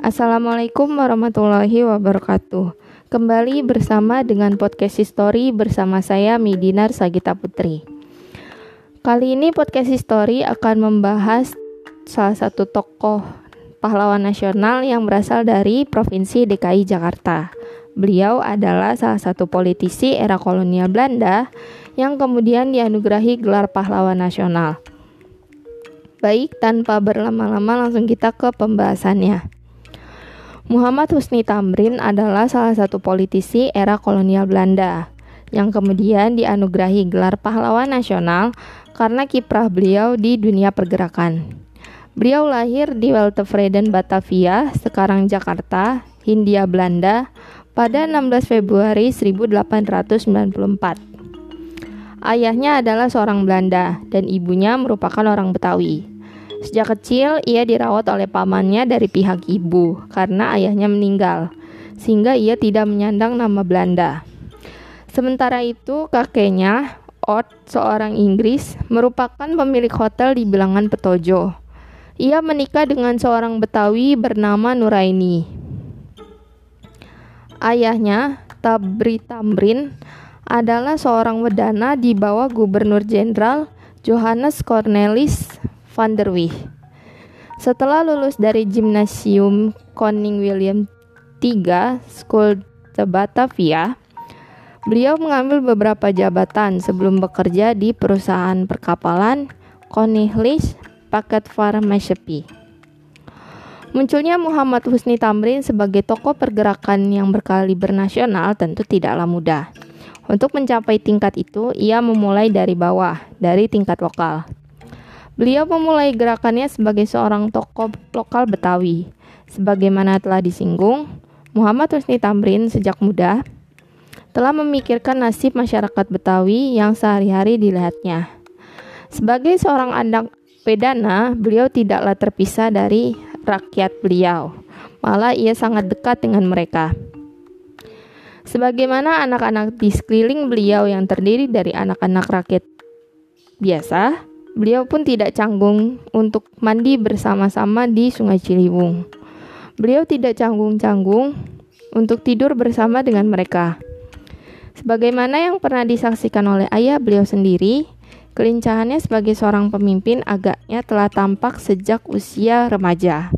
Assalamualaikum warahmatullahi wabarakatuh. Kembali bersama dengan podcast History bersama saya Midinar Sagita Putri. Kali ini podcast History akan membahas salah satu tokoh pahlawan nasional yang berasal dari Provinsi DKI Jakarta. Beliau adalah salah satu politisi era kolonial Belanda yang kemudian dianugerahi gelar pahlawan nasional. Baik, tanpa berlama-lama langsung kita ke pembahasannya. Muhammad Husni Tamrin adalah salah satu politisi era kolonial Belanda yang kemudian dianugerahi gelar pahlawan nasional karena kiprah beliau di dunia pergerakan. Beliau lahir di Weltevreden, Batavia, sekarang Jakarta, Hindia Belanda, pada 16 Februari 1894. Ayahnya adalah seorang Belanda dan ibunya merupakan orang Betawi. Sejak kecil, ia dirawat oleh pamannya dari pihak ibu karena ayahnya meninggal, sehingga ia tidak menyandang nama Belanda. Sementara itu, kakeknya, Ott, seorang Inggris, merupakan pemilik hotel di bilangan Petojo. Ia menikah dengan seorang Betawi bernama Nuraini. Ayahnya, Tabri Tamrin, adalah seorang wedana di bawah Gubernur Jenderal Johannes Cornelis van der Wijk. Setelah lulus dari Gymnasium Koning William III School de Batavia, beliau mengambil beberapa jabatan sebelum bekerja di perusahaan perkapalan Koninklijke Paketvaarmaatschappij. Munculnya Muhammad Husni Tamrin sebagai tokoh pergerakan yang berkaliber nasional tentu tidaklah mudah. Untuk mencapai tingkat itu, ia memulai dari bawah, dari tingkat lokal. Beliau memulai gerakannya sebagai seorang tokoh lokal Betawi. Sebagaimana telah disinggung, Muhammad Husni Tamrin sejak muda telah memikirkan nasib masyarakat Betawi yang sehari-hari dilihatnya. Sebagai seorang anak pedana, beliau tidaklah terpisah dari rakyat beliau. Malah ia sangat dekat dengan mereka. Sebagaimana anak-anak di sekeliling beliau yang terdiri dari anak-anak rakyat biasa, beliau pun tidak canggung untuk mandi bersama-sama di Sungai Ciliwung. Beliau tidak canggung-canggung untuk tidur bersama dengan mereka. Sebagaimana yang pernah disaksikan oleh ayah beliau sendiri, kelincahannya sebagai seorang pemimpin agaknya telah tampak sejak usia remaja.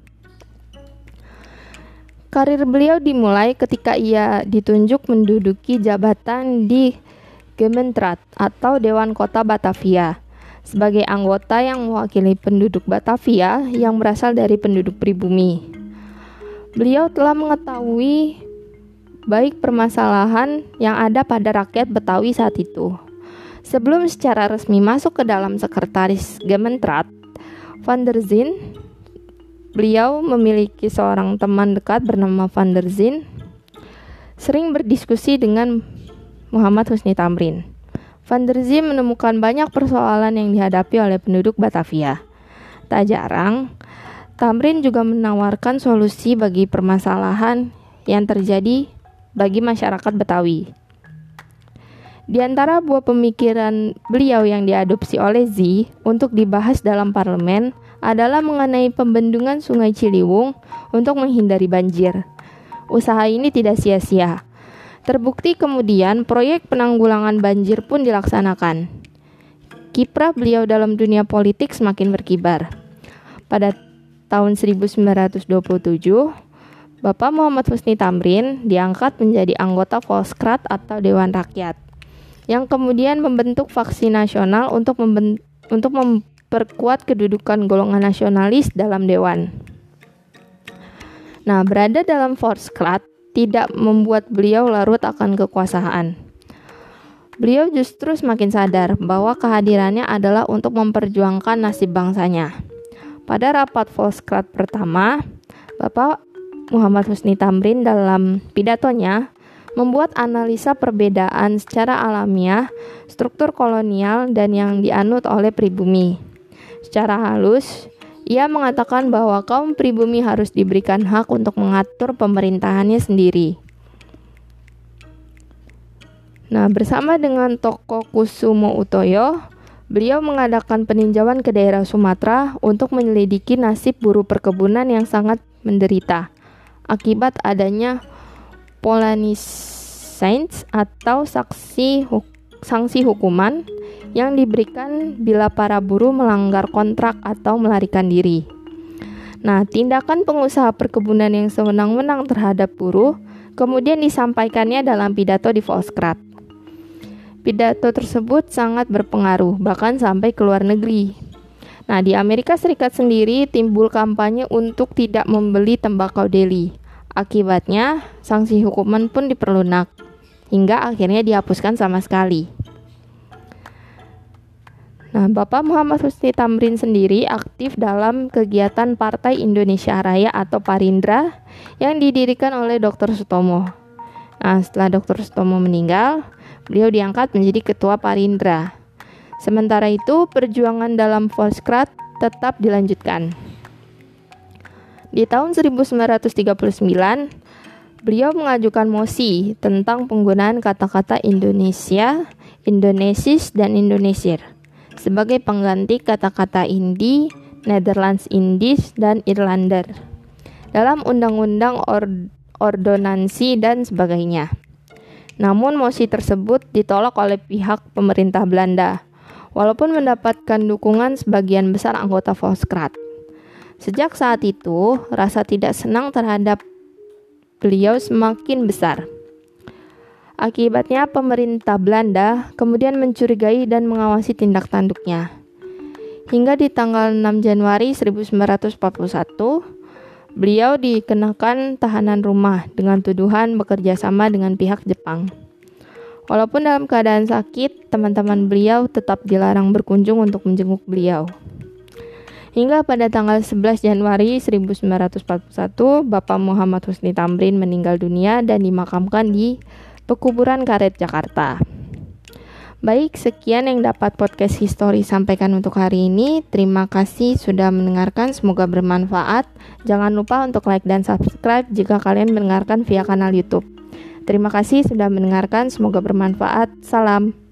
Karir beliau dimulai ketika ia ditunjuk menduduki jabatan di Gemeenteraad atau Dewan Kota Batavia, sebagai anggota yang mewakili penduduk Batavia yang berasal dari penduduk pribumi. Beliau telah mengetahui baik permasalahan yang ada pada rakyat Betawi saat itu. Sebelum secara resmi masuk ke dalam sekretaris Gemeenteraad, Van der Zin, beliau memiliki seorang teman dekat bernama Van der Zin, sering berdiskusi dengan Muhammad Husni Tamrin. Van der Zin menemukan banyak persoalan yang dihadapi oleh penduduk Batavia. Tak jarang, Tamrin juga menawarkan solusi bagi permasalahan yang terjadi bagi masyarakat Betawi. Di antara buah pemikiran beliau yang diadopsi oleh Z untuk dibahas dalam parlemen adalah mengenai pembendungan Sungai Ciliwung untuk menghindari banjir. Usaha ini tidak sia-sia. Terbukti kemudian proyek penanggulangan banjir pun dilaksanakan. Kiprah beliau dalam dunia politik semakin berkibar. Pada tahun 1927, Bapak Muhammad Husni Tamrin diangkat menjadi anggota Volksraad atau Dewan Rakyat, yang kemudian membentuk faksi nasional untuk memperkuat kedudukan golongan nasionalis dalam dewan. Nah, berada dalam Volksraad tidak membuat beliau larut akan kekuasaan. Beliau justru semakin sadar bahwa kehadirannya adalah untuk memperjuangkan nasib bangsanya. Pada rapat Volksraad pertama, Bapak Muhammad Husni Tamrin dalam pidatonya membuat analisa perbedaan secara alamiah struktur kolonial dan yang dianut oleh pribumi. Secara halus, ia mengatakan bahwa kaum pribumi harus diberikan hak untuk mengatur pemerintahannya sendiri. Nah, bersama dengan tokoh Kusumo Utoyo, Beliau mengadakan peninjauan ke daerah Sumatera untuk menyelidiki nasib buruh perkebunan yang sangat menderita. akibat adanya Polanyi-Sainz atau sanksi hukuman yang diberikan bila para buruh melanggar kontrak atau melarikan diri. Nah, tindakan pengusaha perkebunan yang sewenang-wenang terhadap buruh kemudian disampaikannya dalam pidato di Volkskrant. Pidato tersebut sangat berpengaruh, bahkan sampai ke luar negeri. Nah, di Amerika Serikat sendiri timbul kampanye untuk tidak membeli tembakau deli. Akibatnya, sanksi hukuman pun diperlunak, hingga akhirnya dihapuskan sama sekali. Nah, Bapak Muhammad Husni Tamrin sendiri aktif dalam kegiatan Partai Indonesia Raya atau Parindra yang didirikan oleh Dr. Sutomo. Nah, setelah Dr. Sutomo meninggal, beliau diangkat menjadi Ketua Parindra. Sementara itu, perjuangan dalam Volkskrant tetap dilanjutkan. Di tahun 1939, beliau mengajukan mosi tentang penggunaan kata-kata Indonesia, Indonesis, dan Indonesier sebagai pengganti kata-kata Indi, Netherlands Indies, dan Irlander dalam undang-undang ordonansi dan sebagainya. Namun mosi tersebut ditolak oleh pihak pemerintah Belanda, walaupun mendapatkan dukungan sebagian besar anggota Volkskrant. Sejak saat itu, rasa tidak senang terhadap beliau semakin besar. Akibatnya pemerintah Belanda kemudian mencurigai dan mengawasi tindak tanduknya. Hingga di tanggal 6 Januari 1941, beliau dikenakan tahanan rumah dengan tuduhan bekerja sama dengan pihak Jepang. Walaupun dalam keadaan sakit, teman-teman beliau tetap dilarang berkunjung untuk menjenguk beliau. Hingga pada tanggal 11 Januari 1941, Bapak Muhammad Husni Tamrin meninggal dunia dan dimakamkan di Pekuburan Karet, Jakarta. Baik, sekian yang dapat podcast History sampaikan untuk hari ini. Terima kasih sudah mendengarkan, semoga bermanfaat. Jangan lupa untuk like dan subscribe jika kalian mendengarkan via kanal YouTube. Terima kasih sudah mendengarkan, semoga bermanfaat. Salam.